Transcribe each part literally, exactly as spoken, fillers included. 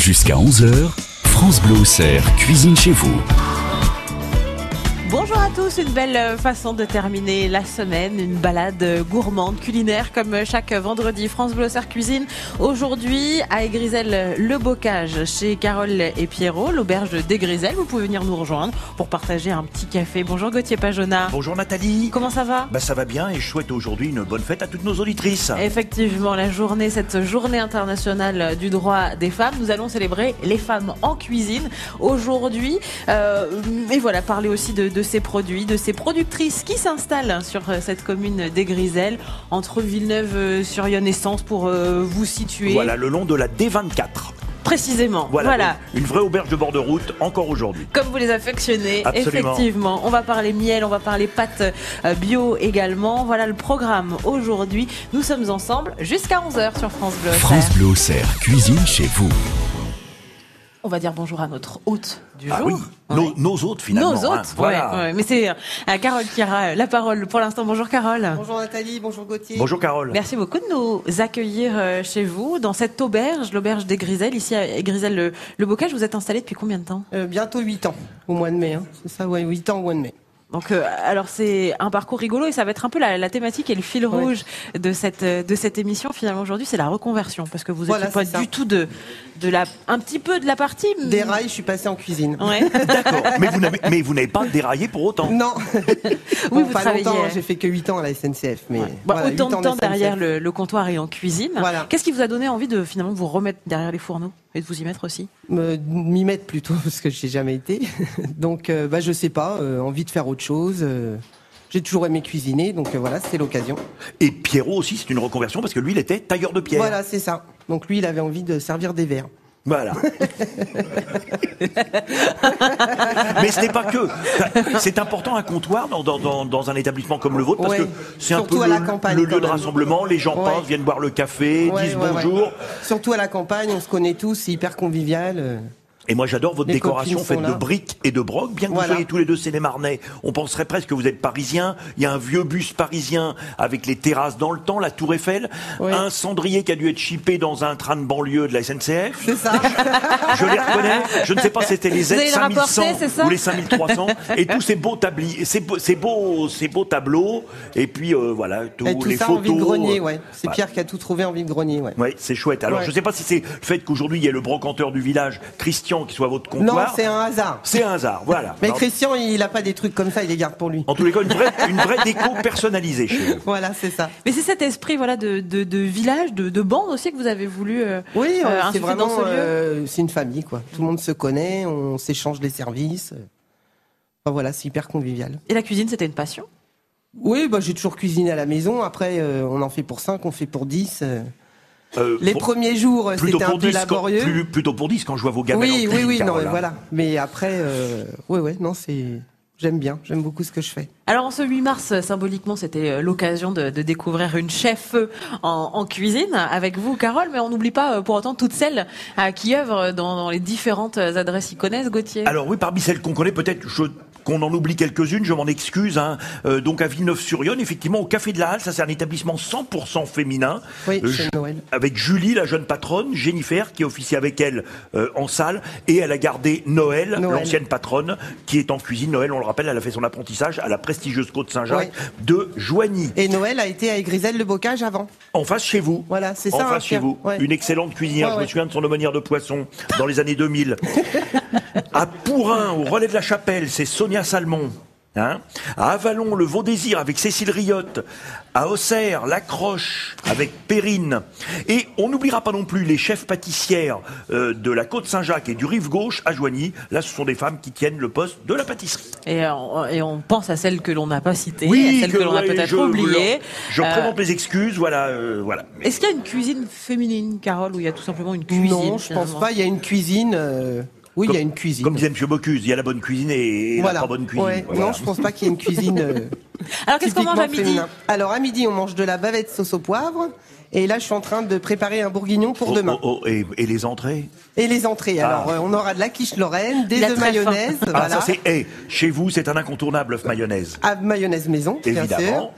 Jusqu'à onze heures, France Bleu Auxerre cuisine chez vous. Bonjour à tous, une belle façon de terminer la semaine, une balade gourmande, culinaire comme chaque vendredi. France Bleu Auxerre cuisine aujourd'hui à Aigrisel-le-Bocage chez Carole et Pierrot, l'auberge d'Aigrisel. Vous pouvez venir nous rejoindre pour partager un petit café. Bonjour Gauthier Pajona. Bonjour Nathalie. Comment ça va ? Bah ça va bien et je souhaite aujourd'hui une bonne fête à toutes nos auditrices. Effectivement, la journée, cette journée internationale du droit des femmes, nous allons célébrer les femmes en cuisine aujourd'hui. Euh, et voilà, parler aussi de, de de ces produits, de ces productrices qui s'installent sur cette commune d'Aigrisel, entre Villeneuve-sur-Yonne et Sens pour euh, vous situer. Voilà, le long de la D vingt-quatre. Précisément, voilà. voilà. Une vraie auberge de bord de route, encore aujourd'hui. Comme vous les affectionnez, Absolument. Effectivement. On va parler miel, on va parler pâtes bio également. Voilà le programme aujourd'hui. Nous sommes ensemble jusqu'à onze heures sur France Bleu Auxerre. France Bleu Auxerre cuisine chez vous. On va dire bonjour à notre hôte du ah jour. Oui, ouais. nos, nos hôtes finalement. Nos hôtes, hein, voilà. ouais, ouais. Mais c'est à Carole qui aura la parole pour l'instant. Bonjour Carole. Bonjour Nathalie, bonjour Gauthier. Bonjour Carole. Merci beaucoup de nous accueillir chez vous, dans cette auberge, l'auberge d'Aigrisel, ici à Aigrisel-le-Bocage. Vous êtes installé depuis combien de temps ? euh, Bientôt huit ans, au mois de mai. Hein. C'est ça, ouais, huit ans au mois de mai. Donc, euh, alors c'est un parcours rigolo et ça va être un peu la, la thématique et le fil ouais. rouge de cette de cette émission finalement aujourd'hui, c'est la reconversion parce que vous voilà, n'êtes pas ça. du tout de de la un petit peu de la partie. Des rails, je suis passée en cuisine. Ouais. D'accord. Mais vous n'avez mais vous n'avez pas déraillé pour autant. Non. oui, bon, vous pas travaillez. longtemps. J'ai fait que huit ans à la S N C F, mais ouais. bon, voilà, autant de temps de derrière le, le comptoir et en cuisine. Voilà. Qu'est-ce qui vous a donné envie de finalement vous remettre derrière les fourneaux et de vous y mettre aussi ? Me, m'y mettre plutôt parce que je n'ai jamais été. Donc, euh, bah je sais pas. Euh, envie de faire autre chose. Euh, J'ai toujours aimé cuisiner, donc euh, voilà, c'était l'occasion. Et Pierrot aussi, c'est une reconversion parce que lui, il était tailleur de pierre. Voilà, c'est ça. Donc lui, il avait envie de servir des verres. Voilà. Mais ce n'est pas que. C'est important un comptoir dans, dans, dans un établissement comme le vôtre parce ouais. que c'est un Surtout peu à la le, campagne, le lieu quand de même. rassemblement. Les gens ouais. passent, viennent boire le café, ouais, disent ouais, bonjour. Ouais. Surtout à la campagne, on se connaît tous, c'est hyper convivial. Et moi j'adore votre Les décoration faite là. de briques et de broc, bien que voilà. vous soyez tous les deux Seine-et-Marnais. On penserait presque que vous êtes parisiens. Il y a un vieux bus parisien avec les terrasses dans le temps, la Tour Eiffel, oui. un cendrier qui a dû être chippé dans un train de banlieue de la S N C F. C'est ça. Je les reconnais. Je ne sais pas si c'était les Z cinq mille cent ou les cinq mille trois cents. Et tous ces beaux tabliers, ces beaux, ces beaux, ces beaux tableaux. Et puis euh, voilà, tous et tout les ça photos. En vide-grenier, ouais. C'est voilà. Pierre qui a tout trouvé en vide-grenier, ouais. Ouais, c'est chouette. Alors ouais. je ne sais pas si c'est le fait qu'aujourd'hui il y ait le brocanteur du village, Christian, qui soit votre comptoir. Non, c'est un hasard. C'est un hasard, voilà. Mais non. Christian, il a pas des trucs comme ça, il les garde pour lui. En tous les cas, une vraie, une vraie déco personnalisée chez vous. Voilà, c'est ça. Mais c'est cet esprit, voilà, de, de, de village, de, de bande aussi que vous avez voulu. Euh, oui, euh, c'est vraiment, dans ce lieu. Euh, c'est une famille, quoi. Tout le monde se connaît, on s'échange les services. Enfin, voilà, c'est hyper convivial. Et la cuisine, c'était une passion ? Oui, bah j'ai toujours cuisiné à la maison. Après, euh, on en fait pour cinq, on fait pour dix. Euh... Euh, les pour, premiers jours, c'était un peu laborieux. Quand, plus, plutôt pour dix quand je vois vos gamelles. Oui, en oui, oui, non, voilà. voilà. Mais après, euh, ouais, ouais, non, c'est, j'aime bien, j'aime beaucoup ce que je fais. Alors, en ce huit mars, symboliquement, c'était l'occasion de, de découvrir une chef en, en cuisine avec vous, Carole. Mais on n'oublie pas pour autant toutes celles euh, qui œuvrent dans, dans les différentes adresses iconaises, Gauthier. Alors oui, parmi celles qu'on connaît, peut-être je... qu'on en oublie quelques-unes, je m'en excuse. Hein. Euh, donc à Villeneuve-sur-Yonne, effectivement, au Café de la Halle, ça c'est un établissement cent pour cent féminin. Oui, euh, chez Noël. Avec Julie, la jeune patronne, Jennifer, qui officie avec elle euh, en salle, et elle a gardé Noël, Noël, l'ancienne patronne, qui est en cuisine. Noël, on le rappelle, elle a fait son apprentissage à la prestigieuse Côte Saint-Jacques oui. de Joigny. Et Noël a été à Aigrisel-le-Bocage avant. En face chez vous. Voilà, c'est en ça. En face hein, chez vous. Ouais. Une excellente cuisinière. Ouais, je ouais. me souviens de son aumônière de poisson dans les années deux mille. À Pourin, au relais de la Chapelle, c'est Sonia Salmon. Hein, à Avalon, le Vaudésir avec Cécile Riotte. À Auxerre, La Croche avec Perrine. Et on n'oubliera pas non plus les chefs pâtissières euh, de la Côte Saint-Jacques et du Rive Gauche à Joigny. Là, ce sont des femmes qui tiennent le poste de la pâtisserie. Et on, et on pense à celles que l'on n'a pas citées, oui, à celles que, que l'on a peut-être je, oubliées. Je, je euh, présente mes excuses, voilà, euh, voilà. Est-ce qu'il y a une cuisine féminine, Carole, ou il y a tout simplement une cuisine ? Non, je pense pas. Il y a une cuisine. Euh... Oui, comme, il y a une cuisine. Comme disait M. Bocuse, il y a la bonne cuisine et voilà. la pas bonne cuisine. Ouais. Voilà. Non, je pense pas qu'il y ait une cuisine. Euh, Alors, qu'est-ce qu'on mange à midi ? féminin. Alors, à midi, on mange de la bavette sauce au poivre. Et là, je suis en train de préparer un bourguignon pour oh, demain. Oh, oh, et, et les entrées ? Et les entrées. Ah. Alors, euh, on aura de la quiche lorraine, des œufs mayonnaise. Ah, voilà. ça c'est. Hey, chez vous, c'est un incontournable œuf mayonnaise. Ah, mayonnaise maison, évidemment. bien sûr.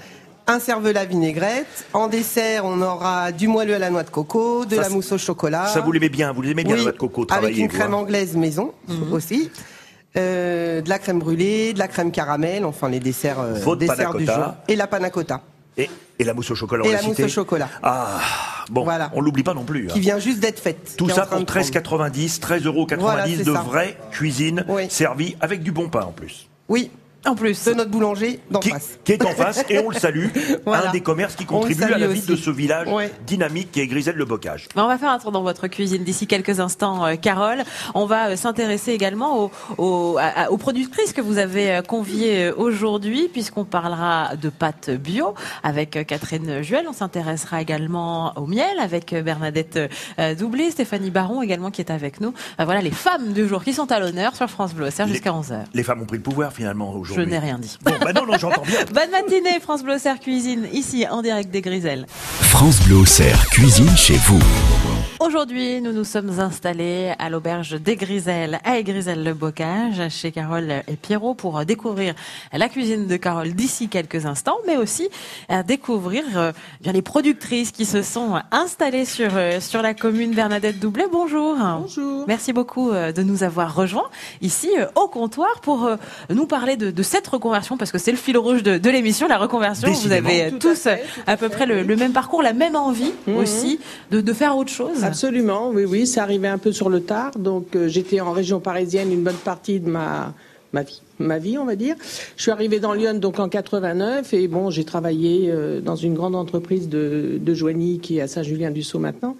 un cervelas vinaigrette. En dessert, on aura du moelleux à la noix de coco, de ça, la mousse au chocolat. Ça, vous l'aimez bien, vous l'aimez bien, oui, la noix de coco, avec une vous, crème hein. anglaise maison mmh. aussi. Euh, de la crème brûlée, de la crème caramel, enfin les desserts, euh, desserts du jour. Et la panna cotta. Et, et la mousse au chocolat, on Et la cité. mousse au chocolat. Ah, bon, voilà. On l'oublie pas non plus. Qui hein. vient juste d'être faite. Tout ça pour treize quatre-vingt-dix, treize euros quatre-vingt-dix voilà, de ça. vraie cuisine oui. servie avec du bon pain en plus. Oui. En plus, de notre boulanger d'en qui, face. Qui est en face, et on le salue. voilà. Un des commerces qui contribue à la vie aussi. de ce village ouais. dynamique qui est Griselles-le-Bocage. On va faire un tour dans votre cuisine d'ici quelques instants, euh, Carole. On va euh, s'intéresser également aux, aux, à, aux productrices que vous avez euh, conviées euh, aujourd'hui, puisqu'on parlera de pâtes bio avec euh, Catherine Juel. On s'intéressera également au miel avec euh, Bernadette euh, Doublé, Stéphanie Baron également qui est avec nous. Euh, voilà les femmes du jour qui sont à l'honneur sur France Bleu Auxerre jusqu'à onze heures. Les femmes ont pris le pouvoir finalement aujourd'hui. Je n'ai rien dit. Bon, bah non, non, j'entends bien. Bonne matinée, France Bleu Auxerre Cuisine, ici en direct des Griselles. France Bleu Auxerre Cuisine chez vous. Aujourd'hui, nous nous sommes installés à l'auberge des Griselles, à Griselles-le-Bocage, chez Carole et Pierrot, pour découvrir la cuisine de Carole d'ici quelques instants, mais aussi à découvrir euh, bien les productrices qui se sont installées sur, euh, sur la commune. Bernadette Doublé, bonjour. Bonjour. Merci beaucoup euh, de nous avoir rejoints ici euh, au comptoir pour euh, nous parler de, de cette reconversion, parce que c'est le fil rouge de, de l'émission, la reconversion. Décidément. Vous avez tout tous à, fait, à, à peu près le, le même parcours, la même envie mmh. aussi de, de faire autre chose. Absolument, oui, oui, c'est arrivé un peu sur le tard. Donc, euh, j'étais en région parisienne une bonne partie de ma, ma vie, ma vie, on va dire. Je suis arrivée dans Lyon donc en quatre-vingt-neuf et bon, j'ai travaillé euh, dans une grande entreprise de, de Joigny qui est à Saint-Julien-du-Sault maintenant.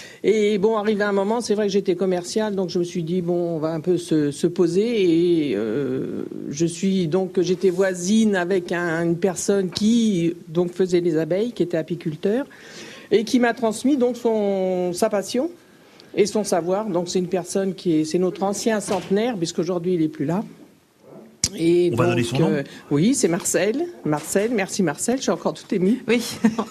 Et bon, arrivé à un moment, c'est vrai que j'étais commerciale, donc je me suis dit bon, on va un peu se, se poser. Et euh, je suis donc j'étais voisine avec un, une personne qui donc faisait les abeilles, qui était apiculteur, et qui m'a transmis donc son sa passion et son savoir. Donc c'est une personne qui est c'est notre ancien centenaire, puisqu'aujourd'hui il est plus là. Et on donc, va donner son nom. Euh, oui, c'est Marcel. Marcel, merci Marcel, je suis encore tout émue. Oui.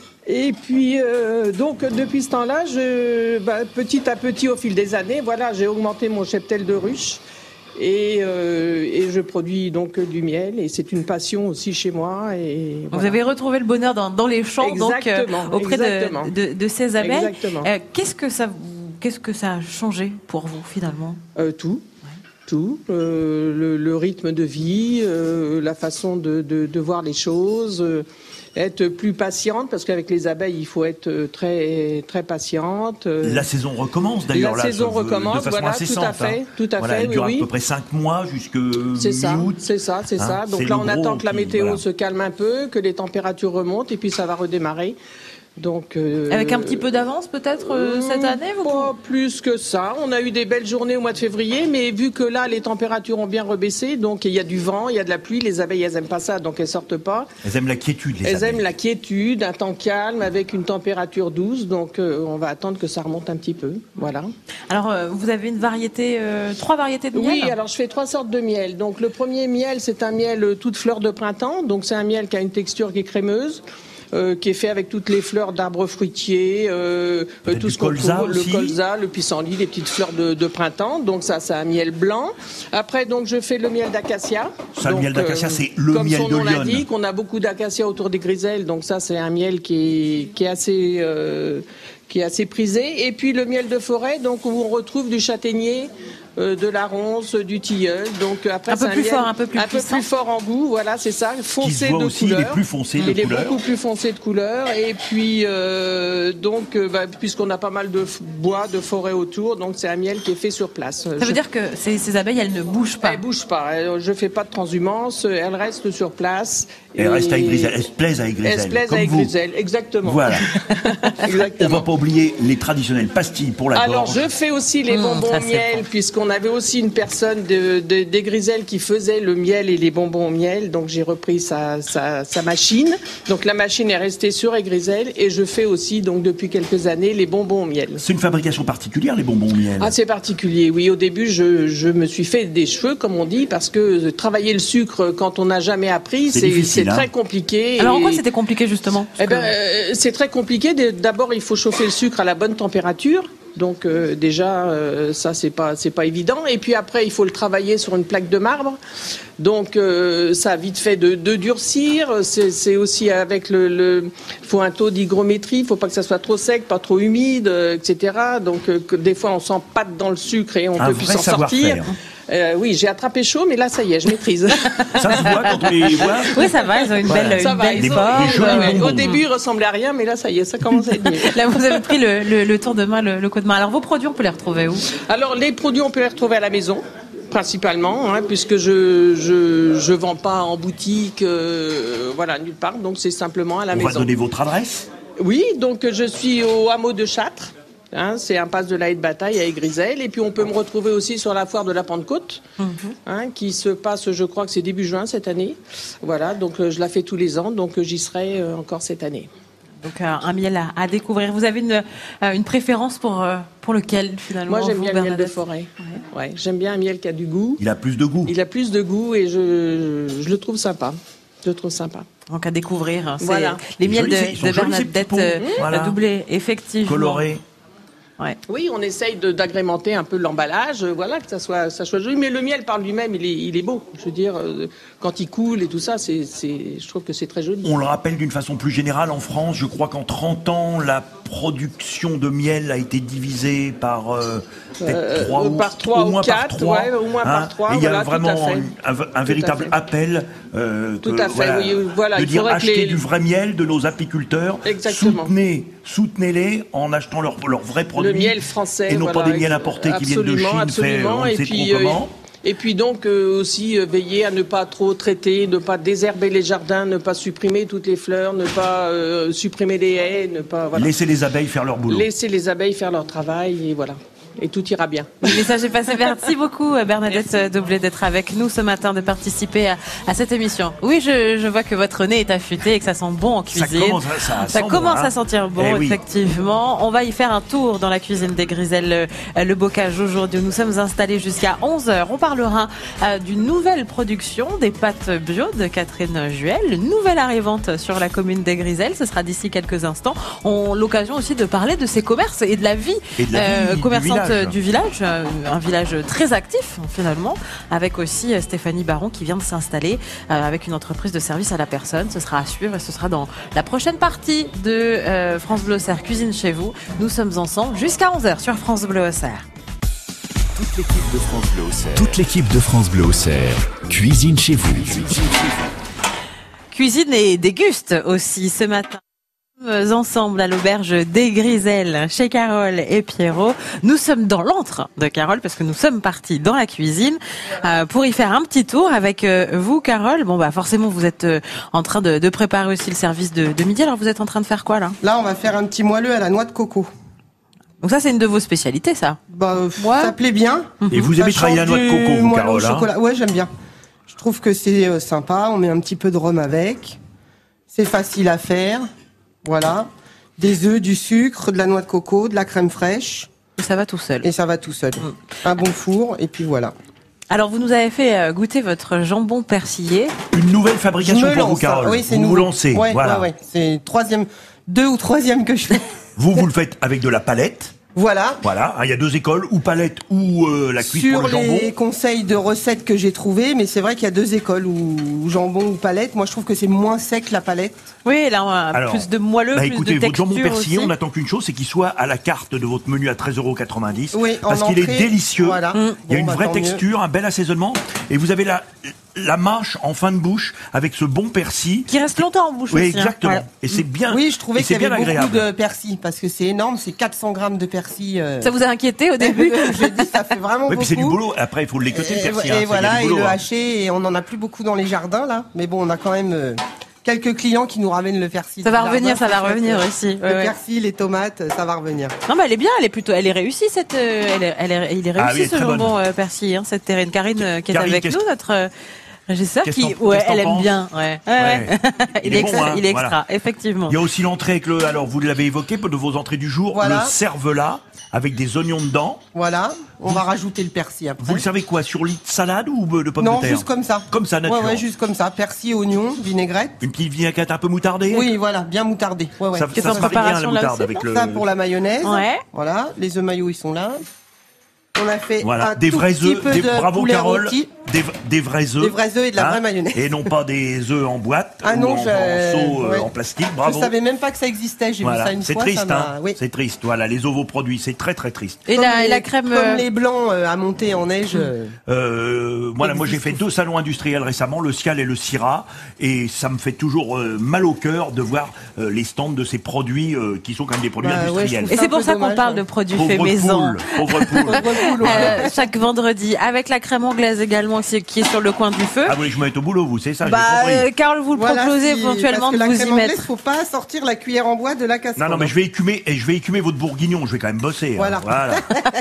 Et puis, euh, donc, depuis ce temps-là, je, bah, petit à petit, au fil des années, voilà, j'ai augmenté mon cheptel de ruches et, euh, et je produis donc du miel. Et c'est une passion aussi chez moi. Et voilà. Vous avez retrouvé le bonheur dans, dans les champs, exactement, donc, euh, auprès exactement. De, de, de ces abeilles. Exactement. Euh, qu'est-ce que ça, qu'est-ce que ça a changé pour vous, finalement ? euh, Tout. Tout, euh, le, le rythme de vie, euh, la façon de, de, de voir les choses, euh, être plus patiente, parce qu'avec les abeilles, il faut être très, très patiente. La saison recommence d'ailleurs. La là, saison de recommence, façon voilà, incessante, tout à fait. Hein. Tout à voilà, fait, elle dure oui, à peu près cinq mois jusque c'est ça, mi-août. c'est ça, c'est hein, ça. Donc c'est là, on attend que la qui, météo voilà. se calme un peu, que les températures remontent, et puis ça va redémarrer. Donc, euh, avec un petit peu d'avance peut-être euh, euh, cette année vous Pas plus que ça. On a eu des belles journées au mois de février, mais vu que là les températures ont bien rebaissé, donc il y a du vent, il y a de la pluie, les abeilles elles aiment pas ça, donc elles sortent pas. Elles aiment la quiétude, les Elles abeilles. aiment la quiétude, un temps calme avec une température douce, donc euh, on va attendre que ça remonte un petit peu. Voilà. Alors euh, vous avez une variété, euh, trois variétés de miel. Oui, alors je fais trois sortes de miel. Donc le premier miel, c'est un miel euh, toute fleur de printemps, donc c'est un miel qui a une texture qui est crémeuse. Euh, qui est fait avec toutes les fleurs d'arbres fruitiers, euh, tout ce qu'on trouve, le colza, le pissenlit, les petites fleurs de, de printemps. Donc ça, c'est un miel blanc. Après, donc je fais le miel d'acacia. Ça, donc, le miel d'acacia, euh, c'est le comme miel de son nom Lyon. l'indique, on a beaucoup d'acacia autour des Griselles. Donc ça, c'est un miel qui est, qui est assez, euh, qui est assez prisé. Et puis le miel de forêt, donc où on retrouve du châtaignier. Euh, de la ronce, du tilleul, donc après un peu c'est plus un miel fort, un peu plus un peu plus fort en goût, voilà, c'est ça, foncé de aussi, couleur. Il est plus foncé de il est couleur. beaucoup plus foncé de couleur, et puis euh, donc euh, bah, puisqu'on a pas mal de f- bois, de forêt autour, donc c'est un miel qui est fait sur place. Ça je... veut dire que ces, ces abeilles, elles ne bougent pas. Elles bougent pas. Elles, je fais pas de transhumance, elles restent sur place. Elles et... restent avec Griselles. Elles se plaisent avec Griselles. Elles se plaisent avec Griselles, exactement. Voilà. Exactement. On va pas oublier les traditionnelles pastilles pour la gorge. Alors je fais aussi les mmh, bonbons au miel, puisqu'on avait aussi une personne de, de, des Griselles qui faisait le miel et les bonbons au miel, donc j'ai repris sa, sa, sa machine. Donc la machine est restée sur les Griselles, et je fais aussi donc depuis quelques années les bonbons au miel. C'est une fabrication particulière, les bonbons au miel. Ah, c'est particulier, oui. Au début, je, je me suis fait des cheveux, comme on dit, parce que travailler le sucre quand on n'a jamais appris, c'est, c'est, c'est hein. très compliqué. Alors en quoi c'était compliqué justement? Eh ben, euh, c'est très compliqué. D'abord, il faut chauffer le sucre à la bonne température. Donc euh, déjà, euh, ça c'est pas c'est pas évident. Et puis après, il faut le travailler sur une plaque de marbre. Donc euh, ça a vite fait de, de durcir. C'est, c'est aussi avec le, le, faut un taux d'hygrométrie. Il faut pas que ça soit trop sec, pas trop humide, euh, et cetera. Donc euh, que des fois on s'empâte dans le sucre et on un peut plus s'en sortir. Euh, oui, j'ai attrapé chaud, mais là, ça y est, je maîtrise. Ça se voit quand on les voit. Oui, ça va, ils ont une Voilà. belle, Ça une va, belle ils ont- forme. les jolis Ouais, ouais. bonbons. Au début, il ressemblait à rien, mais là, ça y est, ça commence à être mieux. Là, vous avez pris le, le, le tour de main, le, le coup de main. Alors, vos produits, on peut les retrouver où? Alors, les produits, on peut les retrouver à la maison, principalement, hein, puisque je je je vends pas en boutique, euh, voilà, nulle part. Donc, c'est simplement à la On maison. va donner votre adresse. Oui, donc je suis au hameau de Châtres. Hein, c'est un passe de la haie de bataille à Aigrisel. Et puis on peut me retrouver aussi sur la foire de la Pentecôte, hein, qui se passe, je crois que c'est début juin cette année. Voilà, donc euh, je la fais tous les ans, donc euh, j'y serai euh, encore cette année. Donc, euh, un miel à, à découvrir. Vous avez une, euh, une préférence pour, euh, pour lequel, finalement? Moi, j'aime vous, bien le miel de Bernadette forêt. Ouais, j'aime bien un miel qui a du goût. Il a plus de goût. Il a plus de goût et je, je le trouve sympa. Je le trouve sympa. Donc, à découvrir. C'est Voilà. les miels Joli, ils de, sont de jolis, ces Bernadette petits pots. euh, Voilà. doublés, effectivement. Coloré. Ouais. Oui, on essaye de, d'agrémenter un peu l'emballage, euh, voilà, que ça soit, ça soit joli. Mais le miel par lui-même, il est, il est beau. Je veux dire, euh, quand il coule et tout ça, c'est, c'est, je trouve que c'est très joli. On le rappelle d'une façon plus générale, en France, je crois qu'en trente ans, la production de miel a été divisée par euh, peut-être Euh, trois ou, par trois au ou moins par quatre, trois. ouais, au moins par trois, Et il y a voilà, tout vraiment à fait. un, un- un véritable fait. appel euh, Tout que, à fait, oui, voilà, de il dire faudrait que achetez les- du vrai miel de nos apiculteurs. Exactement. Soutenez, soutenez-les en achetant leurs leurs vrais produits. Le miel français, et non voilà, pas des miels importés qui viennent de absolument, Chine, absolument. fait, on ne Et sait puis, trop euh, comment. Et puis donc euh, aussi euh, veiller à ne pas trop traiter, ne pas désherber les jardins, ne pas supprimer toutes les fleurs, ne pas euh, supprimer les haies, ne pas voilà. Laissez les abeilles faire leur boulot. Laisser les abeilles faire leur travail et voilà. Et tout ira bien. Le message est passé. Merci beaucoup, Bernadette Doublet, d'être avec nous ce matin, de participer à, à cette émission. Oui, je, je vois que votre nez est affûté et que ça sent bon en Ça cuisine. commence, à- ça Ça sent commence bon, hein. à sentir bon, Eh oui. effectivement. On va y faire un tour dans la cuisine des Griselles, euh, le bocage aujourd'hui. Nous sommes installés jusqu'à onze heures. On parlera euh, d'une nouvelle production des pâtes bio de Catherine Juel, nouvelle arrivante sur la commune des Griselles. Ce sera d'ici quelques instants. On a l'occasion aussi de parler de ces commerces et de la vie, Et de la vie du commerçante village. du village. Euh, un village très actif finalement, avec aussi euh, Stéphanie Baron qui vient de s'installer euh, avec une entreprise de service à la personne. Ce sera à suivre et ce sera dans la prochaine partie de euh, France Bleu Auxerre Cuisine chez vous. Nous sommes ensemble jusqu'à onze heures sur France Bleu Auxerre. Toute l'équipe de France Bleu Auxerre. Toute l'équipe de France Bleu Auxerre. Cuisine chez vous. Cuisine et déguste aussi ce matin. Ensemble à l'auberge des Griselles chez Carole et Pierrot. Nous sommes dans l'antre de Carole parce que nous sommes partis dans la cuisine euh, pour y faire un petit tour avec euh, vous, Carole. Bon bah forcément vous êtes euh, en train de, de préparer aussi le service de, de midi. Alors vous êtes en train de faire quoi là? Là, on va faire un petit moelleux à la noix de coco. Donc ça c'est une de vos spécialités ça. Bah, euh, Ouais. ça plaît bien. Et vous Ça aimez travailler la change noix de du coco, vous, moelleux au Carole, hein chocolat. Ouais, j'aime bien. Je trouve que c'est euh, sympa. On met un petit peu de rhum avec. C'est facile à faire. Voilà. Des œufs, du sucre, de la noix de coco, de la crème fraîche. Et ça va tout seul. Et ça va tout seul. Un bon four, et puis voilà. Alors vous nous avez fait euh, goûter votre jambon persillé. Une nouvelle Je fabrication me pour vous, lance. Carole. Oui, c'est vous vous nouveau. lancez. Ouais, voilà. ouais, ouais. C'est troisième, deux ou troisième que je fais. Vous, vous le faites avec de la palette. Voilà. Voilà. Il y a deux écoles, ou palette ou euh, la cuite Sur pour le jambon. les conseils de recettes que j'ai trouvés, mais c'est vrai qu'il y a deux écoles, ou jambon ou palette. Moi, je trouve que c'est moins sec la palette. Oui, là on a Alors, plus de moelleux, Bah plus écoutez, de votre texture jambon persillé, aussi. on n'attend qu'une chose, c'est qu'il soit à la carte de votre menu à treize euros quatre-vingt-dix. Oui, en parce qu'il est entrée, délicieux. voilà. Mmh. Il y a Bon, une bah, vraie tant mieux. texture, un bel assaisonnement. Et vous avez la, la mâche en fin de bouche avec ce bon persil. Qui reste longtemps en bouche Oui, aussi. hein. exactement. Voilà. Et c'est bien. Oui, je trouvais et qu'il y c'est avait bien beaucoup agréable. de persil, parce que c'est énorme, c'est quatre cents grammes de persil. euh. Ça vous a inquiété au début? J'ai dit, ça fait vraiment Oui, beaucoup. puis c'est du boulot. Après, il faut l'écoter, le Et, persil. et hein. C'est- il y a voilà, du et boulot, le hein. haché, et on en a plus beaucoup dans les jardins, là. Mais bon, on a quand même euh, quelques clients qui nous ramènent le persil. Ça du va revenir, jardin, ça va c'est revenir chouette. aussi. Le Ouais, ouais. persil, les tomates, ça va revenir. Non, mais elle est bien, elle est plutôt, elle est réussie cette, euh, elle est, elle est, il est réussi Ah oui, elle est ce très jambon euh, persillé, hein, cette Terrine Karine euh, qui est Karine, avec qu'est-ce- nous, notre euh, régisseur, Qu'est-ce qui, t'en- ouais, qu'est-ce t'en elle aime penses bien, ouais. Ouais, Ouais. ouais. Il il, est est extra, bon, hein, il est voilà. extra, effectivement. Il y a aussi l'entrée avec le, alors vous l'avez évoqué, de vos entrées du jour, Voilà. le cervelas avec des oignons dedans. Voilà, on va rajouter le persil après. Vous le servez quoi, sur lit de salade ou de pommes Non, de terre? juste comme ça. Comme ça, nature. Ouais, ouais, juste comme ça. Persil, oignon, vinaigrette. Une petite vinaigrette un peu moutardée? Oui, voilà, bien moutardée. Ouais, ouais. Ça, Qu'est-ce ça en se marie bien, la préparation, là moutarde, aussi, avec le... Ça pour la mayonnaise. Ouais. Voilà, les œufs maillots, ils sont là. On a fait Voilà, un des tout vrais petit œufs, peu des, de bravo poulet Carole, rôti. des, des vrais œufs. Des vrais œufs et de la vraie mayonnaise. Et non pas des œufs en boîte Ah ou non, en, je- en seau euh, ouais. en plastique, bravo. Je savais même pas que ça existait, j'ai Voilà. vu ça une C'est fois. triste, ça m'a- hein. oui. C'est triste, voilà, les ovoproduits, c'est très très triste. Et Comme la, les- et la crème. Comme euh, les blancs euh, à monter en neige. euh, Euh, voilà, moi j'ai fait deux salons industriels récemment, le Cial et le Syrah, et ça me fait toujours euh, mal au cœur de voir euh, les stands de ces produits euh, qui sont quand même des produits Bah, ouais, industriels. je Et C'est c'est un pour peu ça qu'on dommage, parle ouais. de produits Pauvre faits maison. poule, pauvre poule. Euh, chaque vendredi, avec la crème anglaise également qui qui est sur le coin du feu. Ah, vous voulez que je me mette au boulot, vous, c'est ça, j'ai Bah, compris. euh, Carole, vous le Voilà, proposez si- éventuellement parce que de la vous crème y anglaise, mettre. faut pas sortir la cuillère en bois de la casserole. Non, non, mais je vais écumer, et je vais écumer votre bourguignon, je vais quand même bosser. hein. Voilà. Voilà.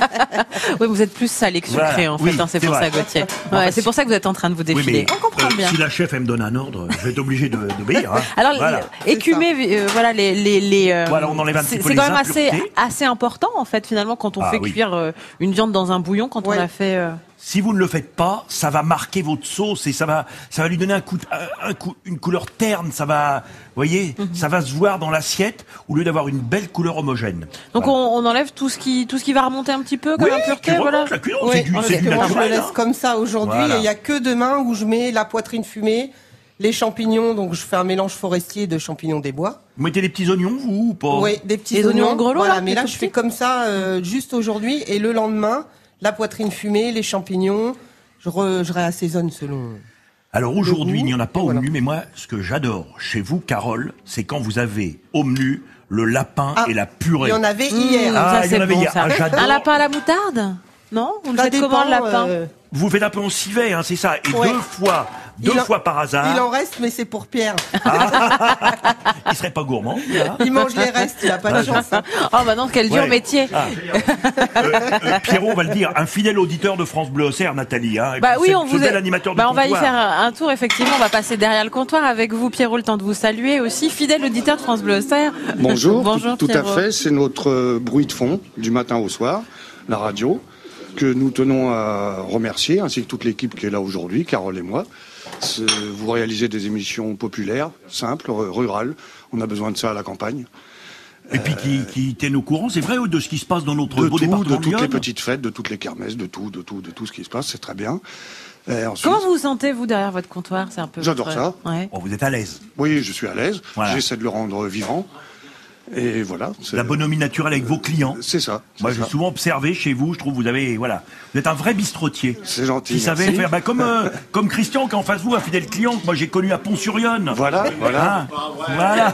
Oui, vous êtes plus salé que sucré Voilà. en fait, Oui, hein, c'est c'est pour vrai. ça, Gauthier. Bon, Ouais, bah, c'est pour ça que vous êtes en train de vous Oui, défiler. mais, On comprend euh, bien. si la chef, elle me donne un ordre, je vais être obligé de- d'obéir. Hein. Alors, Voilà. les- écumer, euh, voilà, les, les, les euh, Voilà, on enlève un petit c'est peu c'est les quand même assez, impuretés. assez important en fait finalement quand on Ah, fait oui. cuire euh, une viande dans un bouillon, quand Ouais. on a fait. euh, Si vous ne le faites pas, ça va marquer votre sauce et ça va, ça va lui donner un coup, de- un, un coup, une couleur terne. Ça va, vous voyez, Mhm. ça va se voir dans l'assiette au lieu d'avoir une belle couleur homogène. Donc Voilà. on, on enlève tout ce qui, tout ce qui va remonter un petit peu comme Oui, impureté, tu voilà. remontes la cuillère, Oui, c'est du, parce c'est que du moi, je le naturel. laisse hein. comme ça aujourd'hui. Voilà. Et il y a que demain où je mets la poitrine fumée, les champignons. Donc je fais un mélange forestier de champignons des bois. Vous mettez des petits oignons, vous, ou pas? Oui, des petits Les oignons oignons. grelots, Voilà, là, mais les là tout je fais petits comme ça euh, juste aujourd'hui et le lendemain, la poitrine fumée, les champignons. Je, re, je réassaisonne selon. Alors aujourd'hui, Le goût, il n'y en a pas et au voilà. menu, mais moi, ce que j'adore chez vous, Carole, c'est quand vous avez au menu le lapin Ah, et la Il purée. y en avait Mmh, hier. Ah, ça il y c'est en avait bon hier. ça. Ah, j'adore. Un lapin à la moutarde? Non? Vous le Ça faites dépend, comment le lapin? euh, Vous faites un peu en civet, hein, c'est ça. Et Ouais. deux fois, deux Il en- fois par hasard, Il en reste, mais c'est pour Pierre. il serait pas gourmand. Là. Il mange les restes, il a pas de chance. Oh bah non, quel dur Ouais. métier. Ah. Euh, euh, Pierrot, on va le dire, un fidèle auditeur de France Bleu Auxerre, Nathalie. Hein, et Bah puis oui, ce- on ce vous bel est- animateur du bah on va y comptoir. faire un un tour effectivement. On va passer derrière le comptoir avec vous, Pierrot. Le temps de vous saluer aussi, fidèle auditeur de France Bleu Auxerre. Bonjour, Bonjour, tout, tout à Pierrot. fait, c'est notre euh, bruit de fond du matin au soir, la radio, que nous tenons à remercier, ainsi que toute l'équipe qui est là aujourd'hui, Carole et moi. C'est- Vous réalisez des émissions populaires, simples, r- rurales, on a besoin de ça à la campagne. Et puis qui, qui tiennent au courant, c'est vrai, de ce qui se passe dans notre De beau tout, département de toutes Lyon. les petites fêtes, de toutes les kermesses, de tout, de tout, de tout ce qui se passe, c'est très bien. Et ensuite- Comment vous vous sentez vous derrière votre comptoir? C'est un peu. J'adore votre- ça. Ouais. Oh, vous êtes à l'aise. Oui, je suis à l'aise, Voilà. j'essaie de le rendre vivant. Et voilà. c'est- La bonhomie naturelle avec vos clients. C'est ça. c'est Moi, ça. j'ai souvent observé chez vous, je trouve, vous avez, voilà, vous êtes un vrai bistrotier. C'est gentil, Qui savait merci. faire, bah, comme, euh, comme Christian, qui est en face de vous, un fidèle client que moi j'ai connu à Pont-sur-Yonne. Voilà, voilà. Hein voilà.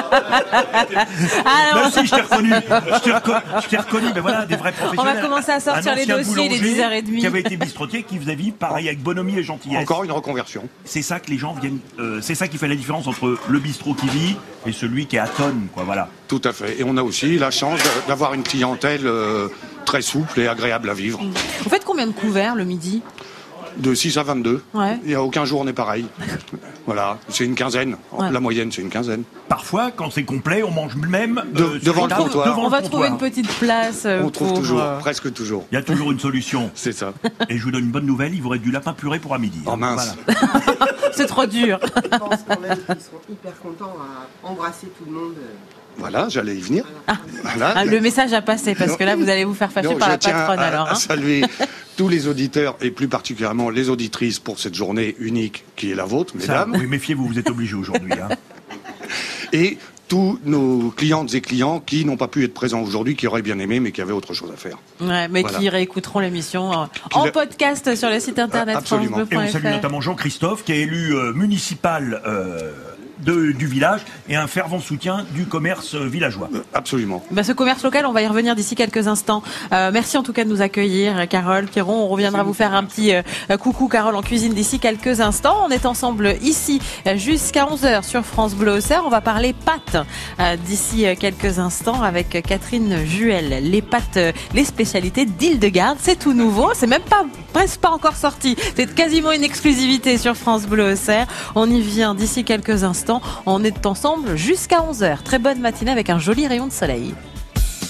Alors, Même si je t'ai reconnu, je t'ai reconnu, je t'ai reconnu, mais voilà, des vrais professionnels. commencer à sortir Un les ancien dossiers, les boulanger dix heures trente. Qui avait été bistrotier, qui faisait vivre pareil avec bonhomie et gentillesse. Encore une reconversion. C'est ça que les gens viennent, euh, c'est ça qui fait la différence entre le bistrot qui vit et celui qui est à tonne, quoi, voilà. Tout à fait. Et on a aussi la chance de- d'avoir une clientèle euh, très souple et agréable à vivre. vous faites combien de couverts le midi? De six à vingt-deux. Ouais. Il n'y a aucun jour n'est pareil. Voilà, c'est une quinzaine. Ouais. La moyenne, c'est une quinzaine. Parfois, quand c'est complet, on mange même De- euh, sur devant les le tables, comptoir. devant On le va comptoir. trouver une petite place. euh, On trouve pour, toujours, euh, presque toujours. Il y a toujours une solution. C'est ça. Et je vous donne une bonne nouvelle, il vous reste du lapin puré pour à midi. Oh mince. Voilà. C'est trop dur. Je pense quand même qu'ils sont hyper contents à embrasser tout le monde. Voilà, j'allais y venir. Voilà. Ah, le message a passé parce que là vous allez vous faire fâcher Donc, par je la tiens patronne à, alors. à hein. saluer tous les auditeurs et plus particulièrement les auditrices pour cette journée unique qui est la vôtre, Ça, mesdames. oui, méfiez-vous, vous êtes obligés aujourd'hui. Hein. Et tous nos clientes et clients qui n'ont pas pu être présents aujourd'hui, qui auraient bien aimé, mais qui avaient autre chose à faire. Ouais, mais Voilà. qui réécouteront l'émission euh, Qui en le- podcast sur le site internet Ah, absolument. francebleu Et on point salue f r. notamment Jean-Christophe, qui est élu euh, municipal euh, de, du village et un fervent soutien du commerce euh, villageois. Absolument. Bah, ce commerce local, on va y revenir d'ici quelques instants. Euh, merci en tout cas de nous accueillir, Carole, Pierron. On reviendra vous faire un petit euh, coucou, Carole, en cuisine d'ici quelques instants. On est ensemble ici euh, jusqu'à onze heures sur France Bleu Auxerre. On va parler pâtes euh, d'ici euh, quelques instants avec Catherine Juel. Les pâtes, euh, les spécialités d'Île-de-Garde, c'est tout nouveau. C'est même pas presque pas encore sorti. C'est quasiment une exclusivité sur France Bleu Auxerre. On y vient d'ici quelques instants. On est ensemble jusqu'à onze heures. Très bonne matinée avec un joli rayon de soleil.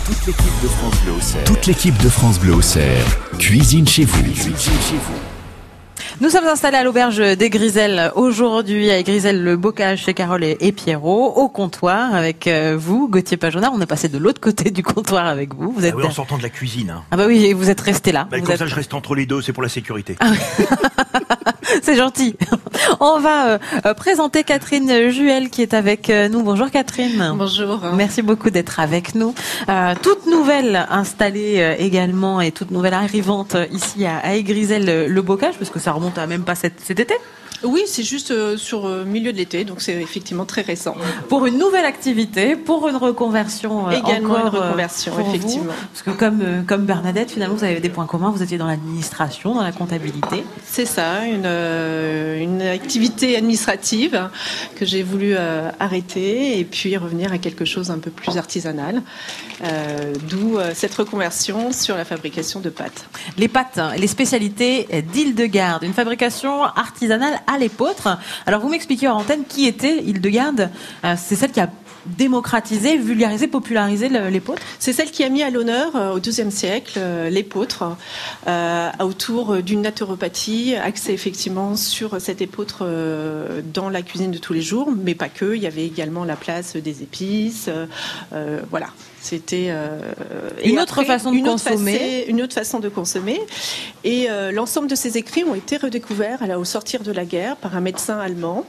Toute l'équipe de France Bleu Auxerre. Toute l'équipe de France Bleu Auxerre. Cuisine chez vous. Cuisine chez vous. Nous sommes installés à l'auberge des Griselles aujourd'hui, avec Griselle Le Bocage chez Carole et, et Pierrot, au comptoir avec euh, vous, Gauthier Pajonard. On est passé de l'autre côté du comptoir avec vous. Vous êtes ah oui, en sortant de la cuisine. Hein. Ah bah oui, vous êtes resté là. Bah, vous comme êtes... ça, je reste entre les deux, c'est pour la sécurité. Ah oui. C'est gentil. On va euh, présenter Catherine Juel qui est avec nous. Bonjour Catherine. Bonjour. Merci beaucoup d'être avec nous. Euh, toute nouvelle installée euh, également et toute nouvelle arrivante ici à, à Griselle Le Bocage, parce que ça remonte à même pas cet, cet été. Oui, c'est juste euh, sur le euh, milieu de l'été, donc c'est effectivement très récent. Pour une nouvelle activité, pour une reconversion. Euh, Également encore, une reconversion, pour effectivement. Vous, parce que comme, euh, comme Bernadette, finalement, vous avez des points communs. Vous étiez dans l'administration, dans la comptabilité. C'est ça, une, euh, une activité administrative que j'ai voulu euh, arrêter et puis revenir à quelque chose un peu plus artisanal. Euh, d'où euh, cette reconversion sur la fabrication de pâtes. Les pâtes, les spécialités d'Île-de-Garde, une fabrication artisanale à l'épeautre. Alors vous m'expliquez en antenne qui était Île-de-Garde. Euh, c'est celle qui a démocratisé, vulgarisé, popularisé l'épeautre. C'est celle qui a mis à l'honneur euh, au douzième siècle euh, l'épeautre euh, autour d'une naturopathie axée effectivement sur cette épeautre euh, dans la cuisine de tous les jours, mais pas que. Il y avait également la place des épices. Euh, euh, voilà. C'était euh, une autre après, façon de une consommer. Autre facé, une autre façon de consommer. Et euh, l'ensemble de ces écrits ont été redécouverts au sortir de la guerre par un médecin allemand.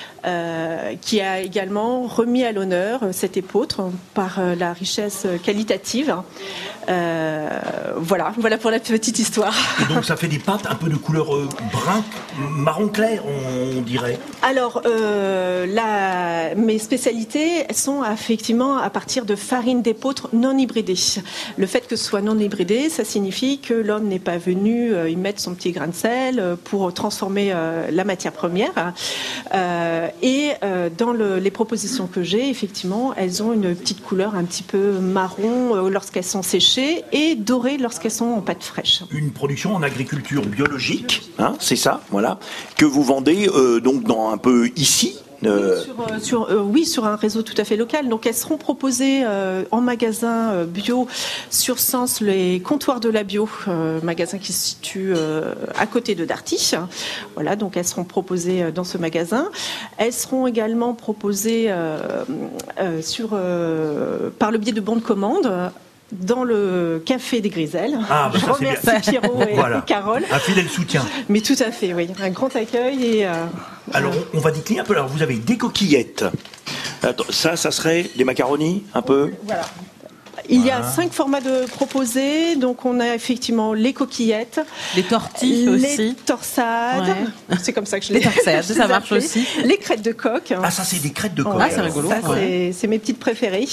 Euh, qui a également remis à l'honneur cette épeautre par euh, la richesse qualitative. Euh, voilà, voilà pour la petite histoire. Et donc ça fait des pâtes un peu de couleur euh, brun, marron clair, on, on dirait. Alors, euh, la, mes spécialités elles sont effectivement à partir de farine d'épeautre non hybridée. Le fait que ce soit non hybridé, ça signifie que l'homme n'est pas venu euh, y mettre son petit grain de sel pour transformer euh, la matière première. Euh, Et euh, dans le, les propositions que j'ai, effectivement, elles ont une petite couleur un petit peu marron euh, lorsqu'elles sont séchées et dorée lorsqu'elles sont en pâte fraîche. Une production en agriculture biologique, hein, c'est ça, voilà, que vous vendez euh, donc dans un peu ici. Euh... Oui, sur, euh, sur, euh, oui, sur un réseau tout à fait local. Donc, elles seront proposées euh, en magasin euh, bio sur Sens, les comptoirs de la bio, euh, magasin qui se situe euh, à côté de Darty. Voilà, donc elles seront proposées euh, dans ce magasin. Elles seront également proposées euh, euh, sur, euh, par le biais de bons de commande. Dans le café des Griselles. Ah, bah je ça, remercie c'est bien. Pierrot et voilà. Carole. Un fidèle soutien. Mais tout à fait, oui. Un grand accueil. Et, euh, Alors, on va décliner un peu. Alors, vous avez des coquillettes. Attends, ça, ça serait des macaronis, un peu. Voilà. Il y a voilà. cinq formats de proposés. Donc, on a effectivement les coquillettes, les tortilles aussi, les torsades. Ouais. C'est comme ça que je les. Les torsades, ça marche aussi. Les crêtes de coq. Ah, ça, c'est des crêtes de coq. Ah, c'est rigolo. Ça, ouais. c'est, c'est mes petites préférées.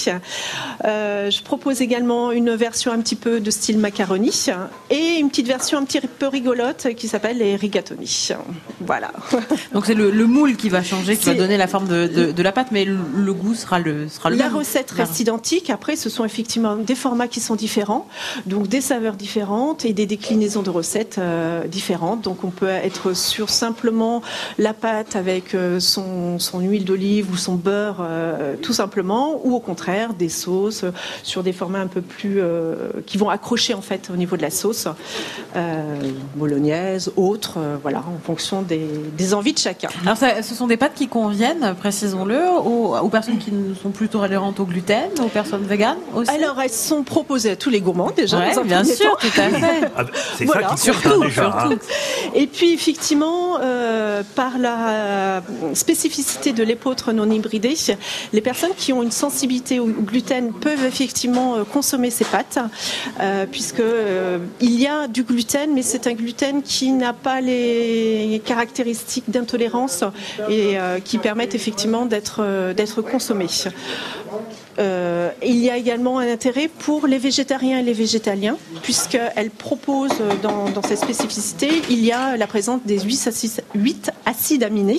Euh, je propose également une version un petit peu de style macaroni et une petite version un petit peu rigolote qui s'appelle les rigatoni. Voilà. Donc, c'est le, le moule qui va changer, qui c'est... va donner la forme de, de, de la pâte, mais le, le goût sera le, sera le la même. La recette reste identique. Après, ce sont effectivement des formats qui sont différents, donc des saveurs différentes et des déclinaisons de recettes euh, différentes. Donc on peut être sur simplement la pâte avec euh, son, son huile d'olive ou son beurre euh, tout simplement, ou au contraire des sauces euh, sur des formats un peu plus euh, qui vont accrocher en fait au niveau de la sauce euh, bolognaise, autres, euh, voilà, en fonction des, des envies de chacun. Alors ça, ce sont des pâtes qui conviennent, précisons-le, aux, aux personnes qui sont plutôt tolérantes au gluten, aux personnes véganes aussi. Alors elles sont proposées à tous les gourmands déjà. Ouais, dans un bien sûr, temps. tout à fait. Ah, c'est voilà. ça qui surtout, déjà, surtout. Hein. Et puis effectivement, euh, par la spécificité de l'épeautre non hybridée, les personnes qui ont une sensibilité au gluten peuvent effectivement consommer ces pâtes, euh, puisque euh, il y a du gluten, mais c'est un gluten qui n'a pas les caractéristiques d'intolérance et euh, qui permettent effectivement d'être euh, d'être consommé. Euh, il y a également un intérêt pour les végétariens et les végétaliens, puisqu'elle propose dans, dans cette spécificité, il y a la présence des huit acides aminés.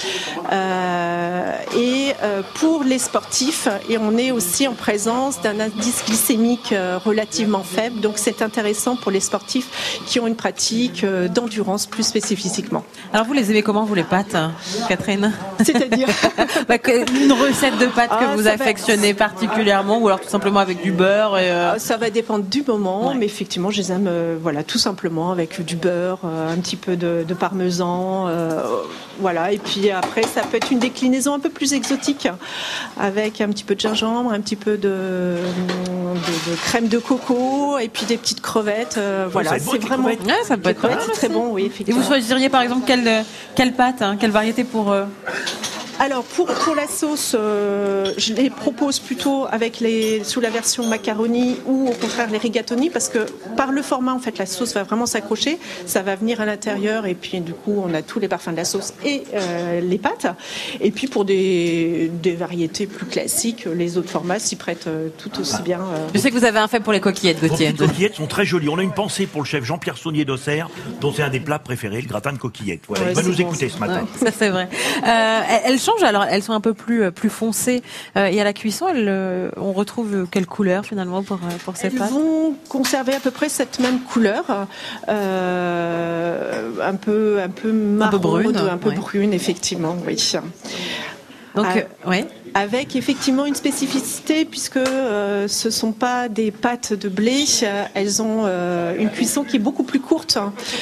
Euh, et euh, pour les sportifs, et on est aussi en présence d'un indice glycémique euh, relativement faible, donc c'est intéressant pour les sportifs qui ont une pratique euh, d'endurance plus spécifiquement. Alors vous les aimez comment, vous, les pâtes, Catherine ? C'est-à-dire bah, une recette de pâtes ah, que vous affectionnez particulièrement. particulièrement, ou alors tout simplement avec du beurre et euh... Ça va dépendre du moment, ouais. mais effectivement, je les aime, euh, voilà, tout simplement avec du beurre, euh, un petit peu de, de parmesan, euh, voilà. Et puis après, ça peut être une déclinaison un peu plus exotique, avec un petit peu de gingembre, un petit peu de, de, de crème de coco, et puis des petites crevettes. Euh, oh, voilà, c'est vraiment. Ouais, ça peut être c'est très bon, oui, effectivement. Et vous choisiriez par exemple quelle quelle pâte, hein, quelle variété pour euh... Alors pour, pour la sauce, euh, je les propose plutôt avec les, sous la version macaroni ou au contraire les rigatoni, parce que par le format en fait la sauce va vraiment s'accrocher, ça va venir à l'intérieur et puis du coup on a tous les parfums de la sauce et euh, les pâtes. Et puis pour des, des variétés plus classiques, les autres formats s'y prêtent euh, tout aussi bien. Euh. Je sais que vous avez un fait pour les coquillettes, Gauthier. Les coquillettes sont très jolies. On a une pensée pour le chef Jean-Pierre Saunier d'Auxerre, dont c'est un des plats préférés, le gratin de coquillettes. Voilà, ouais, il va nous bon, écouter ce matin. Ouais, ça c'est vrai. Euh, elles changent, alors elles sont un peu plus plus foncées euh, et à la cuisson, elles, euh, on retrouve quelle couleur finalement pour pour ces elles pâtes? Elles vont conserver à peu près cette même couleur, euh, un peu un peu marron, un peu brune, un peu ouais. brune effectivement, oui. Donc, euh, oui. Avec effectivement une spécificité puisque euh, ce ne sont pas des pâtes de blé, elles ont euh, une cuisson qui est beaucoup plus courte.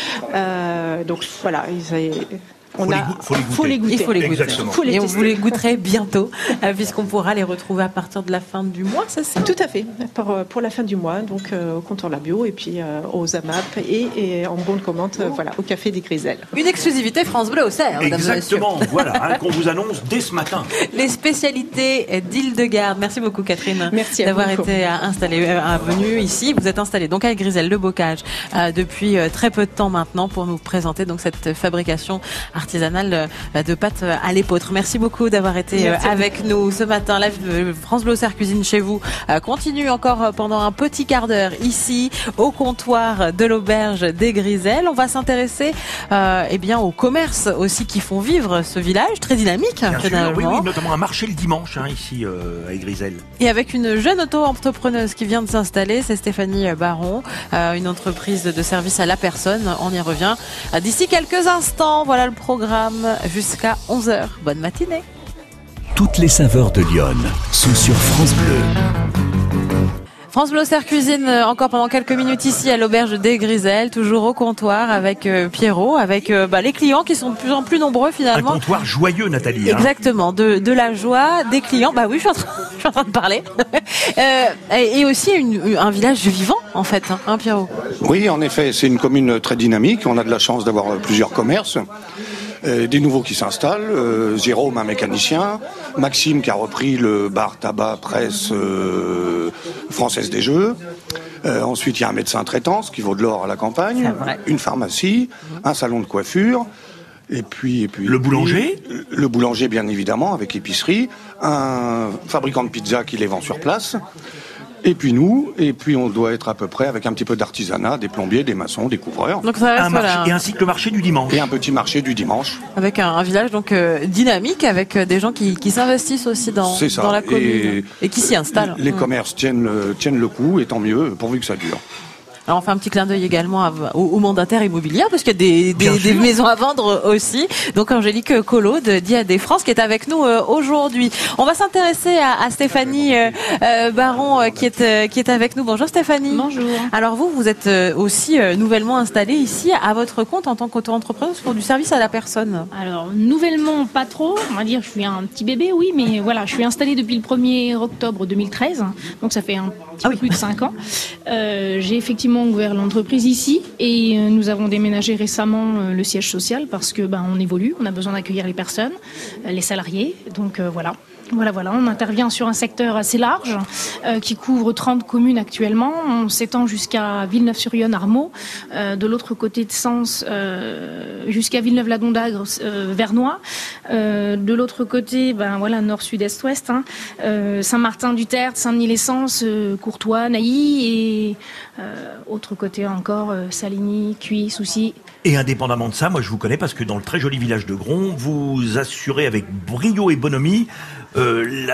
Euh, donc voilà, ils, on faut, a, les go- faut les goûter. Il faut les goûter. Exactement. Faut les Et on vous les goûterait bientôt, euh, puisqu'on pourra les retrouver à partir de la fin du mois, ça c'est tout à fait, pour, pour la fin du mois, donc euh, au comptoir La Bio et puis euh, aux A M A P et, et en bon de commande, euh, voilà, au Café des Griselles. Une exclusivité France Bleu Auxerre. Exactement, voilà, hein, qu'on vous annonce dès ce matin. Les spécialités d'Île-de-Garde. Merci beaucoup Catherine Merci d'avoir vous. été installée, euh, venue ici. Vous êtes installée donc à Griselles, le Bocage, euh, depuis euh, très peu de temps maintenant pour nous présenter donc cette fabrication artisanale euh, de pâtes à l'épeautre. Merci beaucoup d'avoir été euh, avec nous ce matin. La euh, France Bleu Auxerre Cuisine chez vous euh, continue encore pendant un petit quart d'heure ici au comptoir de l'auberge des Griselles. On va s'intéresser euh, eh bien aux commerces aussi qui font vivre ce village très dynamique. Bien sûr, oui, oui, notamment un marché le dimanche hein, ici euh, à Griselles. Et avec une jeune auto-entrepreneuse qui vient de s'installer, c'est Stéphanie Baron, euh, une entreprise de service à la personne. On y revient euh, d'ici quelques instants. Voilà le programme jusqu'à onze heures. Bonne matinée. Toutes les saveurs de Lyon sont sur France Bleu. France Bleu Auxerre Cuisine encore pendant quelques minutes ici à l'auberge des Griselles, toujours au comptoir avec euh, Pierrot, avec euh, bah, les clients qui sont de plus en plus nombreux finalement. Un comptoir joyeux, Nathalie. Exactement, hein. de, de la joie des clients. Bah oui, je suis en train, je suis en train de parler. euh, et, et aussi une, un village vivant en fait, hein, hein Pierrot. Oui, en effet, c'est une commune très dynamique. On a de la chance d'avoir plusieurs commerces. Euh, des nouveaux qui s'installent, euh, Jérôme, un mécanicien, Maxime qui a repris le bar tabac presse euh, Française des Jeux, euh, ensuite il y a un médecin traitant, ce qui vaut de l'or à la campagne, une pharmacie, un salon de coiffure, et puis, et puis le boulanger, puis, le boulanger bien évidemment avec épicerie, un fabricant de pizza qui les vend sur place. Et puis nous, et puis on doit être à peu près avec un petit peu d'artisanat, des plombiers, des maçons, des couvreurs. Donc ça reste un marché, voilà. Et ainsi que le marché du dimanche. Et un petit marché du dimanche. Avec un, un village donc euh, dynamique, avec euh, des gens qui, qui s'investissent aussi dans, dans la commune et, et qui s'y installent. Les mmh. commerces tiennent le, tiennent le coup, et tant mieux, pourvu que ça dure. Alors on fait un petit clin d'œil également à, aux, aux mandataires immobiliers parce qu'il y a des, des, des maisons à vendre aussi. Donc Angélique Collot de Diadé France qui est avec nous euh, aujourd'hui. On va s'intéresser à, à Stéphanie euh, euh, Baron euh, qui est euh, qui est avec nous. Bonjour Stéphanie. Bonjour. Alors vous vous êtes euh, aussi euh, nouvellement installée ici à votre compte en tant qu'auto-entrepreneuse pour du service à la personne. Alors nouvellement pas trop, on va dire je suis un petit bébé oui, mais voilà, je suis installée depuis le premier octobre deux mille treize. Donc ça fait un petit ah peu oui. plus de cinq ans. Euh, j'ai effectivement ouvert l'entreprise ici et nous avons déménagé récemment le siège social parce que ben, on évolue, on a besoin d'accueillir les personnes, les salariés, donc euh, voilà. Voilà, voilà, on intervient sur un secteur assez large euh, qui couvre trente communes actuellement. On s'étend jusqu'à Villeneuve-sur-Yonne, Armaux, euh, de l'autre côté de Sens euh, jusqu'à Villeneuve-la-Gondagre, euh, Vernois. Euh, de l'autre côté, ben voilà, nord, sud, est, ouest. Hein, euh, Saint-Martin-du-Tertre, Saint-Denis-les-Sens, euh, Courtois, Nailly et euh, autre côté encore, euh, Saligny, Cuy, Soucy. Et indépendamment de ça, moi je vous connais parce que dans le très joli village de Gron, vous assurez avec brio et bonhomie euh, la,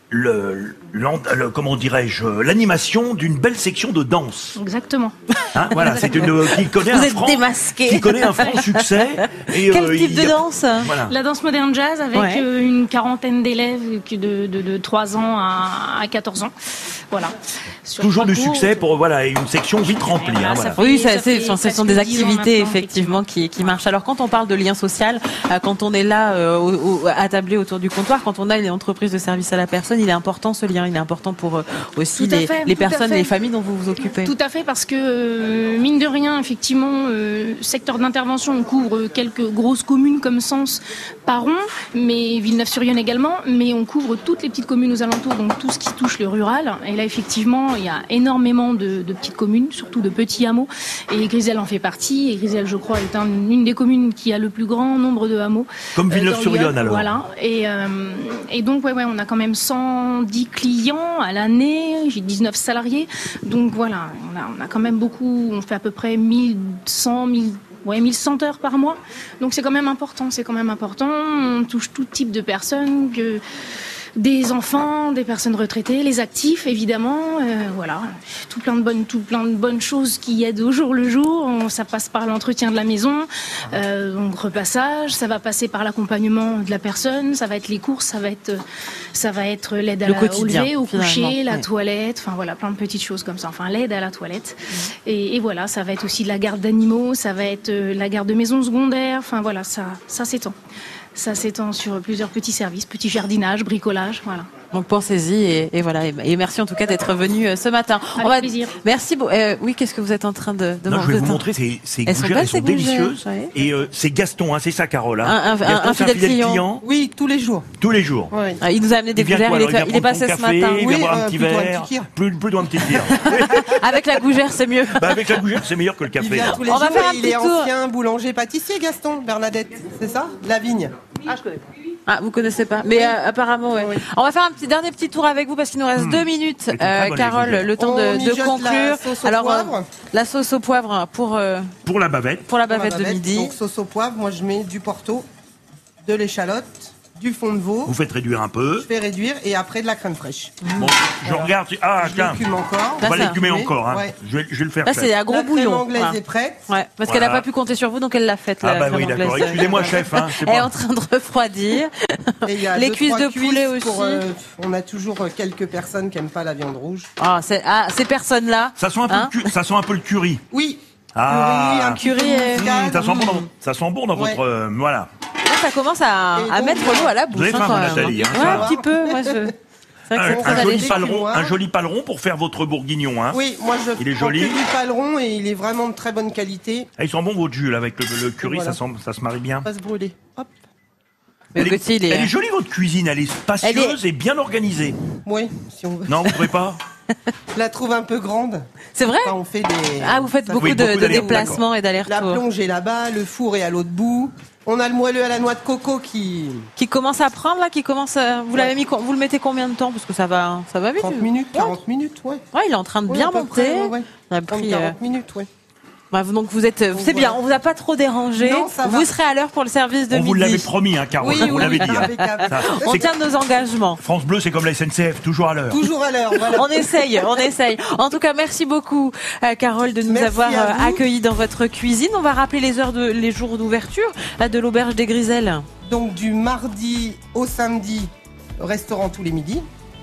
le, le comment dirais-je, l'animation d'une belle section de danse. Exactement. Hein, voilà, c'est une qui connaît Vous un êtes franc, démasqué. qui connaît un franc succès. Et, Quel euh, type il de y a- danse? Voilà. La danse moderne jazz avec Ouais. euh, une quarantaine d'élèves qui- de, de, de trois ans à, à quatorze ans. Voilà. Sur Toujours du trois cours. succès pour voilà et une section vite remplie. Voilà, hein, ça voilà. fait- Oui, ça, ça c'est, fait ce sont presque des dix ans activités maintenant, effectivement qui, qui marchent. Alors quand on parle de lien social, euh, quand on est là euh, au, au, attablé autour du comptoir, quand on a une entreprise de service à la personne, il est important ce lien. Il est important pour euh, aussi Tout à les, fait, les tout à personnes, fait. les familles dont vous vous occupez. Tout à fait, parce que euh, mine de rien, effectivement, euh, secteur d'intervention, on couvre quelques grosses communes comme Sens par an, mais Villeneuve-sur-Yonne également, mais on couvre toutes les petites communes aux alentours, donc tout ce qui touche le rural. Et là, effectivement, il y a énormément de, de petites communes, surtout de petits hameaux, et Grisel en fait partie. Et Grisel, je crois, est un- une des communes qui a le plus grand nombre de hameaux. Comme Euh, Villeneuve-sur-Yonne, dans Lyon, alors. Voilà. Et, euh, et donc, ouais, ouais, on a quand même cent dix clients à l'année. J'ai dix-neuf salariés. Donc voilà, on a, on a quand même beaucoup. On fait à peu près mille cent, mille Ouais, mille cent heures par mois. Donc c'est quand même important. C'est quand même important. On touche tout type de personnes, que des enfants, des personnes retraitées, les actifs évidemment, euh, voilà, tout plein de bonnes, tout plein de bonnes choses qui aident au jour le jour. On- ça passe par l'entretien de la maison, euh, donc repassage. Ça va passer par l'accompagnement de la personne. Ça va être les courses, ça va être, ça va être l'aide à Le la, quotidien, au lever, au coucher, finalement. la Oui. toilette. Enfin voilà, plein de petites choses comme ça. Enfin l'aide à la toilette. Et, et voilà, ça va être aussi de la garde d'animaux. Ça va être euh, la garde de maison secondaire. Enfin voilà, ça, ça s'étend. Ça s'étend sur plusieurs petits services, petit jardinage, bricolage, voilà. Donc pensez-y et, et voilà. Et, et merci en tout cas d'être venu euh, ce matin. Avec plaisir. Merci. beau- euh, oui, qu'est-ce que vous êtes en train de, de Non, je vais manger vous montrer ces, ces Elles sont gougères, belles, elles sont ces gougères, délicieuses. ouais. Et euh, c'est Gaston, hein, c'est ça, Carole. Hein. Un- un- Gaston, un c'est fidèle client. Oui, tous les jours. tous les jours. Ouais. Ah, il nous a amené des Il vient gougères. quoi, Il est, alors, il il vient est passé prendre ce son café, matin. il Oui, vient boire euh, un petit plutôt un verre. petit kir. Plus, plutôt un petit kir. Avec la gougère, c'est mieux. Bah, avec la gougère, c'est meilleur que le Il café. vient hein. tous les On jours va faire un et il petit est tour. ancien boulanger-pâtissier, Gaston, Bernadette. C'est ça? La vigne. Ah, je connais pas. Ah, vous connaissez pas. Mais euh, apparemment, ouais. Oui. On va faire un petit dernier petit tour avec vous parce qu'il nous reste Mmh. deux minutes. C'est une très Euh, bonne Carole, idée. le temps On de, de mijote la conclure. sauce au Alors, euh, poivre. la sauce au poivre pour euh, Pour la bavette. pour la Pour la bavette de bavette. midi. Donc sauce au poivre, moi je mets du porto, de l'échalote, du fond de veau. Vous faites réduire un peu. Je fais réduire et après de la crème fraîche. Bon, je regarde. Ah, Je tiens. l'écume encore. On va Là, ça. l'écumer Oui, encore. Hein. ouais. Je, vais, je vais le faire. Là, chef. c'est un gros la bouillon. crème anglaise Ah. est prête. Ouais, parce qu'elle n'a Voilà. pas pu compter sur vous, donc elle l'a faite. Ah la bah crème oui, d'accord. anglaise. Excusez-moi, chef. Hein, c'est Elle est pas... en train de refroidir. Et il y a Les deux, cuisses trois de poulet cuisses pour, aussi. euh, on a toujours euh, quelques personnes qui n'aiment pas la viande rouge. Ah, c'est- ah, ces personnes-là. Ça sent un peu, Hein le, cu- ça sent un peu le curry. Oui. Ah. un Curry petit peu de et- muscade. Mmh, ça sent bon dans, ça sent bon dans Ouais. votre euh, voilà. Là, ça commence à, Et à donc, mettre l'eau à la bouche. Vous avez hein, faim, quand même. Nathalie, hein, Ouais, ça un va. petit peu. Moi, je... C'est vrai que c'est Un, très un joli alléché. paleron, noir. un joli paleron pour faire votre bourguignon. Hein. Oui, moi je Il est prends joli. que du paleron et il est vraiment de très bonne qualité. Ah, ils sont bons votre jus là, avec le, le curry, Voilà. ça, sent, ça se marie bien. Pas se brûler. Hop. Mais Elle, Gauthier, est, il est- elle est jolie votre cuisine, elle est spacieuse et bien organisée. Oui, si on veut. Non, vous trouvez pas? Je la trouve un peu grande. C'est vrai Enfin, on fait des. Ah, vous faites ça beaucoup Oui, de, beaucoup de d'allers- déplacements et La d'allers-retours. plonge est là-bas, le four est à l'autre bout. On a le moelleux à la noix de coco qui. Qui commence à prendre là, qui commence. À... Vous l'avez mis, co- vous le mettez combien de temps parce que ça va, ça va vite. trente minutes, quarante minutes, ouais. Ouais, il est en train de Ouais, bien à peu monter. près, ouais, ouais. On a trente, pris, euh, quarante minutes, ouais. bah, donc vous êtes, c'est voilà. bien. On vous a pas trop dérangé. Non, ça va. Vous serez à l'heure pour le service de On midi. vous l'avait promis, hein, Carole, Oui, vous oui, l'avez dit. hein. impeccable. Ça, On c'est- tient de nos engagements. France Bleu, c'est comme la S N C F, toujours à l'heure. Toujours à l'heure, voilà. On essaye, on essaye. En tout cas, merci beaucoup, euh, Carole, de nous Merci avoir à euh, vous. accueillis dans votre cuisine. On va rappeler les heures de, les jours d'ouverture là, de l'auberge des Griselles. Donc du mardi au samedi, restaurant tous les midis.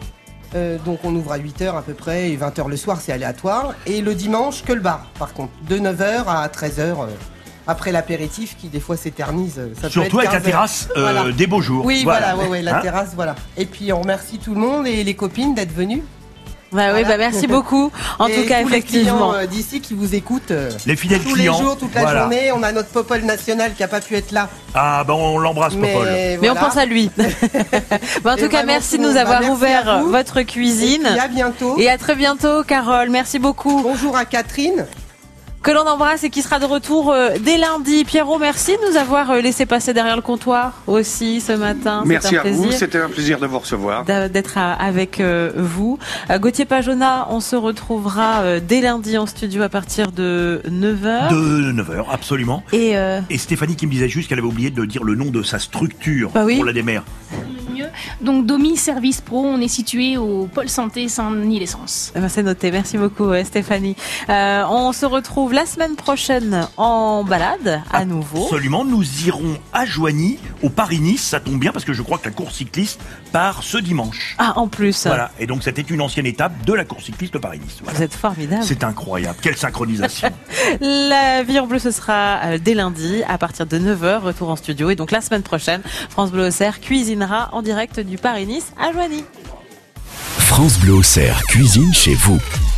Euh, donc on ouvre à huit heures à peu près et vingt heures le soir, c'est aléatoire. Et le dimanche, que le bar, par contre. De neuf heures à treize heures, euh, après l'apéritif qui des fois s'éternise. euh, Ça peut Surtout être avec la quinze heures. terrasse euh, Voilà. des beaux jours. Oui, voilà, ouais, ouais, la Hein terrasse, voilà. Et puis on remercie tout le monde et les copines d'être venues. Bah oui, Voilà. bah merci beaucoup. En Et tout cas, tous les effectivement. clients euh, d'ici qui vous écoutent euh, Les fidèles tous clients. les jours, toute la voilà. journée. On a notre Popol national qui a pas pu être là. Ah, ben on l'embrasse, Popol. Mais voilà. on pense à lui. Bah, en Et tout cas, vraiment, merci de tout le nous monde. avoir Bah, merci ouvert à vous. votre Et cuisine. puis à bientôt. Et à très bientôt, Carole. Merci beaucoup. Bonjour à Catherine. Que l'on embrasse et qui sera de retour euh, dès lundi. Pierrot, merci de nous avoir euh, laissé passer derrière le comptoir aussi ce matin. Merci C'est un à vous, plaisir c'était un plaisir de vous recevoir. d'a- d'être à- avec euh, vous. Euh, Gauthier Pajona, on se retrouvera euh, dès lundi en studio à partir de neuf heures. De neuf heures, absolument. Et euh, Et Stéphanie qui me disait juste qu'elle avait oublié de dire le nom de sa structure Bah oui. pour la démère. Mieux. Donc Domi Service Pro, on est situé au pôle santé Saint-Denis-l'Essence. Eh ben, c'est noté, merci beaucoup Stéphanie. Euh, on se retrouve la semaine prochaine en balade à nouveau. Absolument, nous irons à Joigny, au Paris-Nice, ça tombe bien parce que je crois que la course cycliste part ce dimanche. Ah, en plus. Voilà, et donc c'était une ancienne étape de la course cycliste Paris-Nice. Voilà. Vous êtes formidable. C'est incroyable, quelle synchronisation. La Vie en Bleu, ce sera dès lundi à partir de neuf heures, retour en studio. Et donc la semaine prochaine, France Bleu Auxerre cuisinera en direct du Paris-Nice à Joigny. France Bleu Auxerre cuisine chez vous.